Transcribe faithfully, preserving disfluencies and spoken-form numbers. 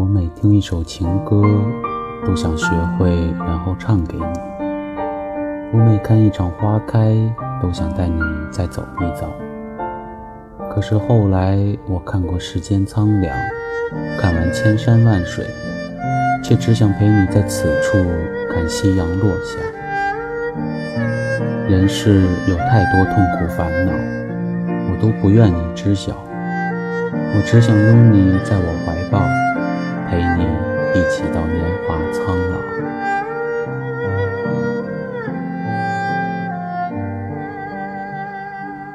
每听一首情歌，都想学会然后唱给你。我每看一场花开，都想带你再走一遭。可是后来我看过世间苍凉，看完千山万水，却只想陪你在此处看夕阳落下。人世有太多痛苦烦恼，我都不愿你知晓。我只想拥你在我怀抱，陪你一起到年华苍老。